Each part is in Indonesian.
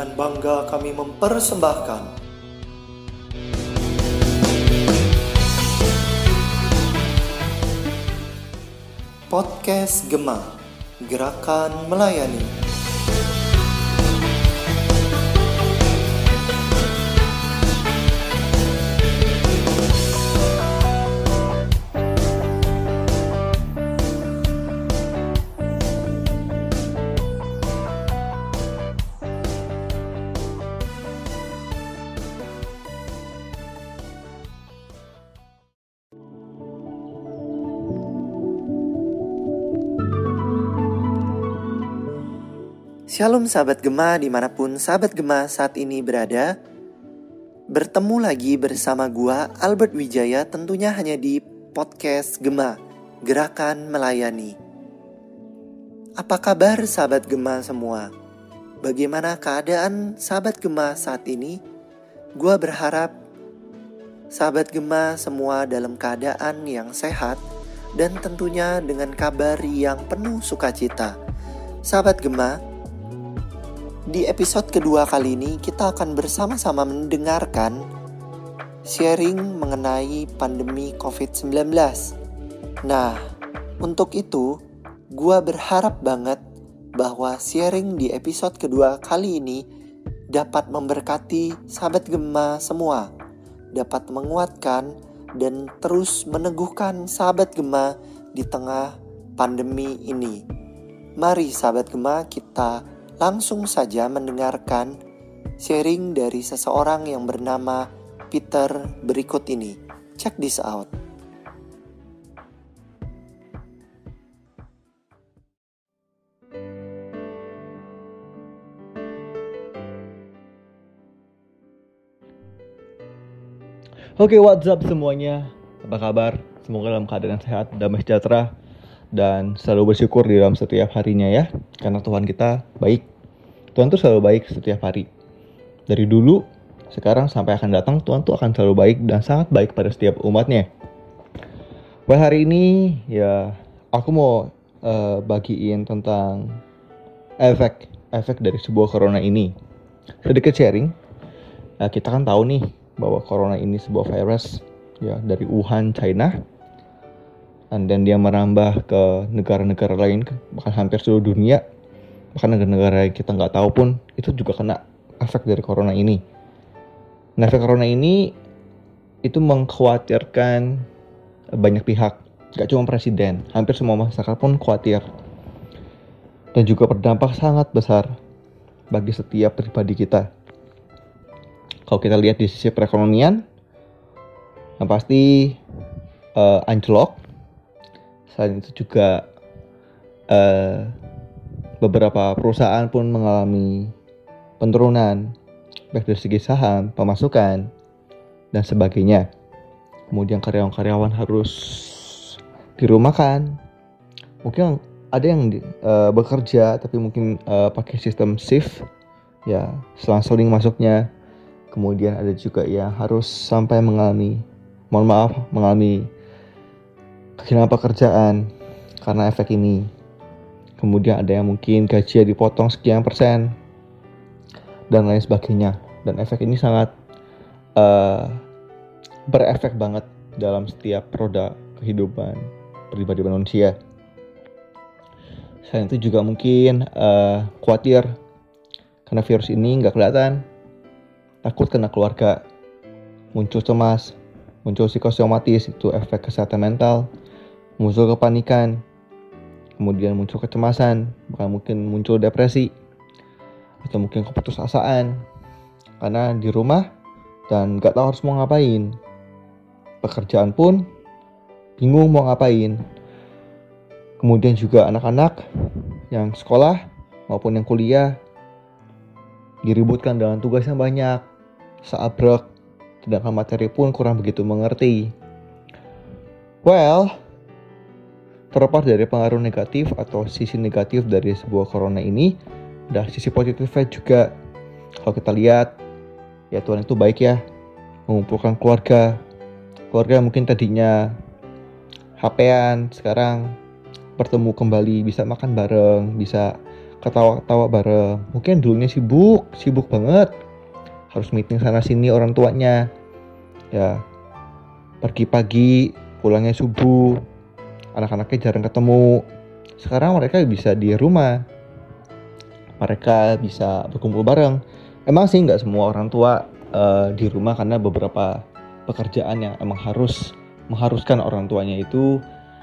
Dengan bangga kami mempersembahkan Podcast Gema, Gerakan Melayani. Shalom sahabat Gema dimanapun sahabat Gema saat ini berada. Bertemu lagi bersama gua Albert Wijaya, tentunya hanya di Podcast Gema, Gerakan Melayani. Apa kabar sahabat Gema semua? Bagaimana keadaan sahabat Gema saat ini? Gua berharap sahabat Gema semua dalam keadaan yang sehat dan tentunya dengan kabar yang penuh sukacita. Sahabat Gema, di episode kedua kali ini kita akan bersama-sama mendengarkan sharing mengenai pandemi COVID-19. Nah, untuk itu gua berharap banget bahwa sharing di episode kedua kali ini dapat memberkati sahabat Gema semua, dapat menguatkan dan terus meneguhkan sahabat Gema di tengah pandemi ini. Mari sahabat Gema kita langsung saja mendengarkan sharing dari seseorang yang bernama Peter berikut ini. Check this out. Oke, what's up semuanya? Apa kabar? Semoga dalam keadaan sehat, damai sejahtera, dan selalu bersyukur di dalam setiap harinya ya. Karena Tuhan kita baik. Tuhan tuh selalu baik setiap hari. Dari dulu, sekarang sampai akan datang, Tuhan tuh akan selalu baik dan sangat baik pada setiap umatnya. Well, hari ini ya aku mau bagiin tentang efek dari sebuah corona ini. Sedikit sharing. Kita kan tahu nih bahwa corona ini sebuah virus ya dari Wuhan, China. Dan dia merambah ke negara-negara lain, bahkan hampir seluruh dunia. Bahkan negara-negara yang kita nggak tahu pun itu juga kena efek dari corona ini. Nah, efek corona ini itu mengkhawatirkan banyak pihak, nggak cuma presiden, hampir semua masyarakat pun khawatir. Dan juga berdampak sangat besar bagi setiap pribadi kita. Kalau kita lihat di sisi perekonomian, yang pasti anjlok. Selain itu juga beberapa perusahaan pun mengalami penurunan baik dari segi saham, pemasukan, dan sebagainya. Kemudian karyawan-karyawan harus dirumahkan. Mungkin ada yang bekerja tapi mungkin pakai sistem shift, ya selang-seling masuknya. Kemudian ada juga yang harus sampai mengalami kehilangan pekerjaan karena efek ini. Kemudian ada yang mungkin gajinya dipotong sekian persen dan lain sebagainya. Dan efek ini sangat berefek banget dalam setiap roda kehidupan pribadi manusia. Selain itu juga mungkin khawatir karena virus ini nggak kelihatan, takut kena keluarga, muncul cemas, muncul psikosomatis, itu efek kesehatan mental, muncul kepanikan, kemudian muncul kecemasan, bahkan mungkin muncul depresi, atau mungkin keputusasaan, karena di rumah dan gak tahu harus mau ngapain. Pekerjaan pun bingung mau ngapain. Kemudian juga anak-anak yang sekolah maupun yang kuliah diributkan dengan tugas yang banyak, seabrek, sedangkan materi pun kurang begitu mengerti. Well, terlepas dari pengaruh negatif atau sisi negatif dari sebuah corona ini, ada sisi positifnya juga. Kalau kita lihat, ya Tuhan itu baik ya, mengumpulkan keluarga mungkin tadinya HP-an, sekarang bertemu kembali, bisa makan bareng, bisa ketawa-ketawa bareng. Mungkin dulunya sibuk banget, harus meeting sana sini orang tuanya, ya pergi pagi, pulangnya subuh, anak-anaknya jarang ketemu. Sekarang mereka bisa di rumah, mereka bisa berkumpul bareng. Emang sih nggak semua orang tua di rumah karena beberapa pekerjaan yang emang mengharuskan orang tuanya itu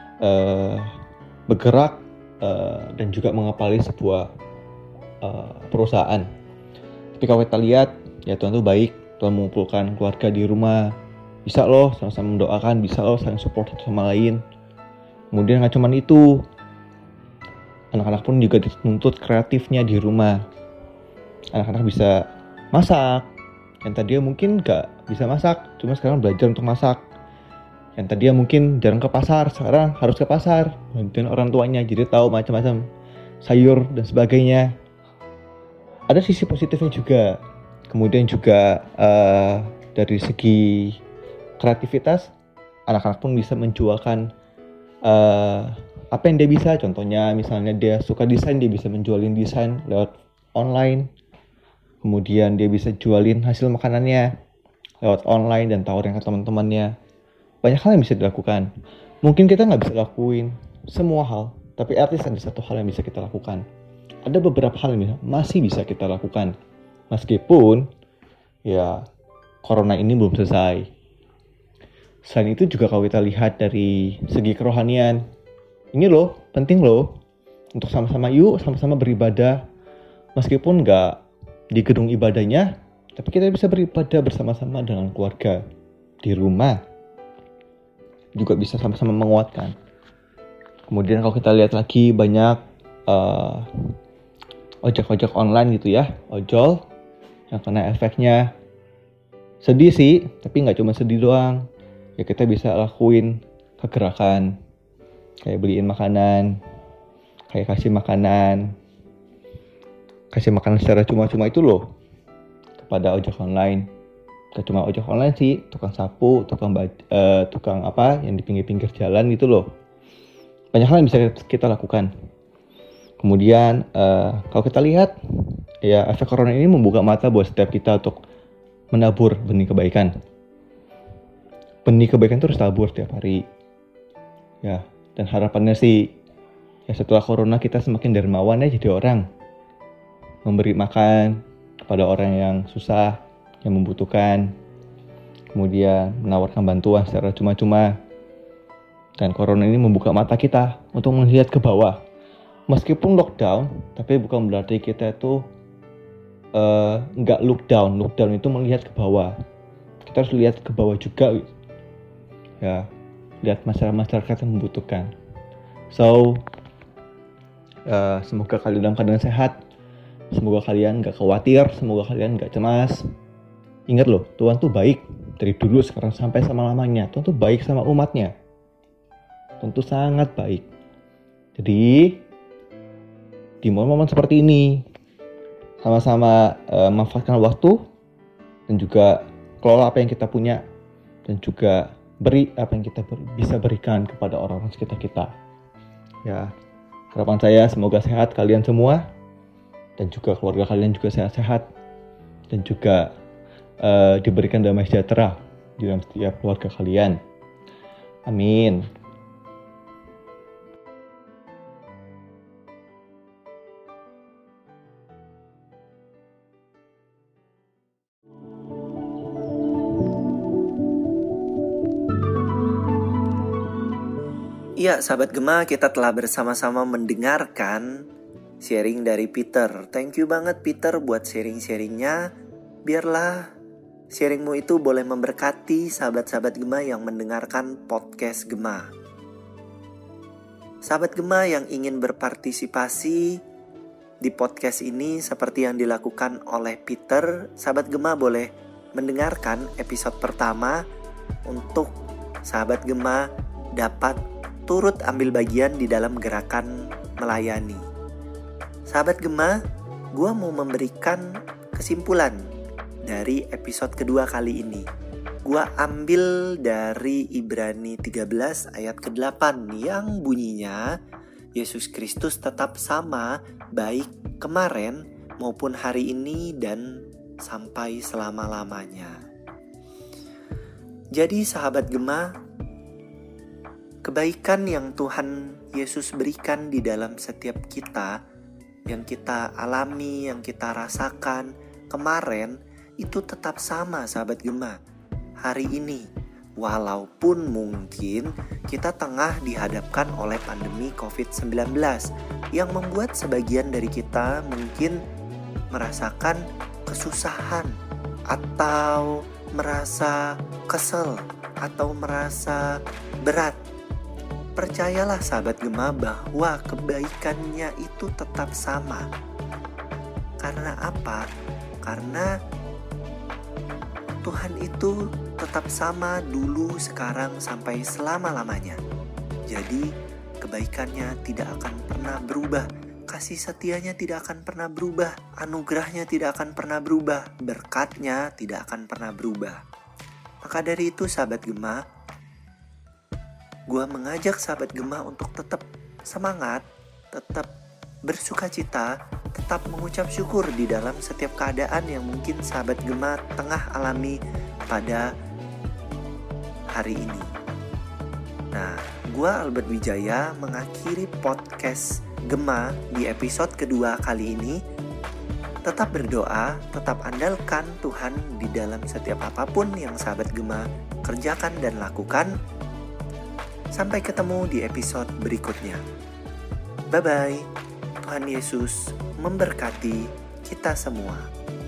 bergerak dan juga mengepali sebuah perusahaan. Tapi kalau kita lihat, ya Tuhan tuh baik. Tuhan mengumpulkan keluarga di rumah. Bisa loh sama-sama mendoakan, bisa loh saling support satu sama lain. Kemudian nggak cuma itu, anak-anak pun juga dituntut kreatifnya di rumah. Anak-anak bisa masak. Yang tadinya mungkin nggak bisa masak, cuma sekarang belajar untuk masak. Yang tadinya mungkin jarang ke pasar, sekarang harus ke pasar. Bantuin orang tuanya, jadi tahu macam-macam sayur dan sebagainya. Ada sisi positifnya juga. Kemudian juga dari segi kreativitas, anak-anak pun bisa menjualkan apa yang dia bisa. Contohnya misalnya dia suka desain, dia bisa menjualin desain lewat online. Kemudian dia bisa jualin hasil makanannya lewat online dan tawarin ke teman-temannya. Banyak hal yang bisa dilakukan. Mungkin kita nggak bisa lakuin semua hal, tapi at least ada satu hal yang bisa kita lakukan. Ada beberapa hal yang masih bisa kita lakukan. Meskipun ya corona ini belum selesai. Selain itu juga kalau kita lihat dari segi kerohanian, ini loh, penting loh untuk sama-sama beribadah. Meskipun nggak di gedung ibadahnya, tapi kita bisa beribadah bersama-sama dengan keluarga di rumah. Juga bisa sama-sama menguatkan. Kemudian kalau kita lihat lagi banyak ojek online gitu ya, ojol yang kena efeknya. Sedih sih, tapi nggak cuma sedih doang. Ya kita bisa lakuin kegerakan, kayak beliin makanan, kayak kasih makanan secara cuma-cuma itu loh kepada ojek online. Gak cuma ojek online sih, tukang sapu, tukang apa yang di pinggir-pinggir jalan gitu loh. Banyak hal yang bisa kita lakukan. Kemudian kalau kita lihat, ya efek corona ini membuka mata buat setiap kita untuk menabur benih kebaikan. Benih kebaikan itu harus tabur tiap hari. Ya, dan harapannya sih, ya setelah corona kita semakin dermawan ya jadi orang. Memberi makan kepada orang yang susah, yang membutuhkan, kemudian menawarkan bantuan secara cuma-cuma. Dan corona ini membuka mata kita untuk melihat ke bawah. Meskipun lockdown, tapi bukan berarti kita itu nggak look down. Look down itu melihat ke bawah. Kita harus lihat ke bawah juga, ya, lihat masyarakat yang membutuhkan. So, semoga kalian dalam keadaan sehat. Semoga kalian gak khawatir, semoga kalian gak cemas. Ingat loh, Tuhan tuh baik. Dari dulu sekarang sampai selama-lamanya. Tuhan tuh baik sama umatnya. Tuhan tuh sangat baik. Jadi, di momen-momen seperti ini, sama-sama manfaatkan waktu. Dan juga kelola apa yang kita punya. Dan juga beri apa yang kita bisa berikan kepada orang-orang sekitar kita. Ya, harapan saya semoga sehat kalian semua. Dan juga keluarga kalian juga sehat-sehat. Dan juga diberikan damai sejahtera di dalam setiap keluarga kalian. Amin. Iya, sahabat Gema, kita telah bersama-sama mendengarkan sharing dari Peter. Thank you banget Peter buat sharing-sharingnya. Biarlah sharingmu itu boleh memberkati sahabat-sahabat Gema yang mendengarkan podcast Gema. Sahabat Gema yang ingin berpartisipasi di podcast ini seperti yang dilakukan oleh Peter, sahabat Gema boleh mendengarkan episode pertama untuk sahabat Gema dapat turut ambil bagian di dalam gerakan melayani. Sahabat Gema, gue mau memberikan kesimpulan dari episode kedua kali ini. Gue ambil dari Ibrani 13 ayat ke-8 yang bunyinya, Yesus Kristus tetap sama, baik kemarin maupun hari ini dan sampai selama-lamanya. Jadi sahabat Gema, kebaikan yang Tuhan Yesus berikan di dalam setiap kita, yang kita alami, yang kita rasakan kemarin, itu tetap sama sahabat Gema hari ini. Walaupun mungkin kita tengah dihadapkan oleh pandemi COVID-19 yang membuat sebagian dari kita mungkin merasakan kesusahan atau merasa kesel atau merasa berat. Percayalah sahabat Gema bahwa kebaikannya itu tetap sama. Karena apa? Karena Tuhan itu tetap sama dulu, sekarang, sampai selama-lamanya. Jadi kebaikannya tidak akan pernah berubah, kasih setianya tidak akan pernah berubah, anugerahnya tidak akan pernah berubah, berkatnya tidak akan pernah berubah. Maka dari itu sahabat Gema, gue mengajak sahabat Gema untuk tetap semangat, tetap bersukacita, tetap mengucap syukur di dalam setiap keadaan yang mungkin sahabat Gema tengah alami pada hari ini. Nah, gue Albert Wijaya mengakhiri podcast Gema di episode kedua kali ini. Tetap berdoa, tetap andalkan Tuhan di dalam setiap apapun yang sahabat Gema kerjakan dan lakukan. Sampai ketemu di episode berikutnya. Bye-bye. Tuhan Yesus memberkati kita semua.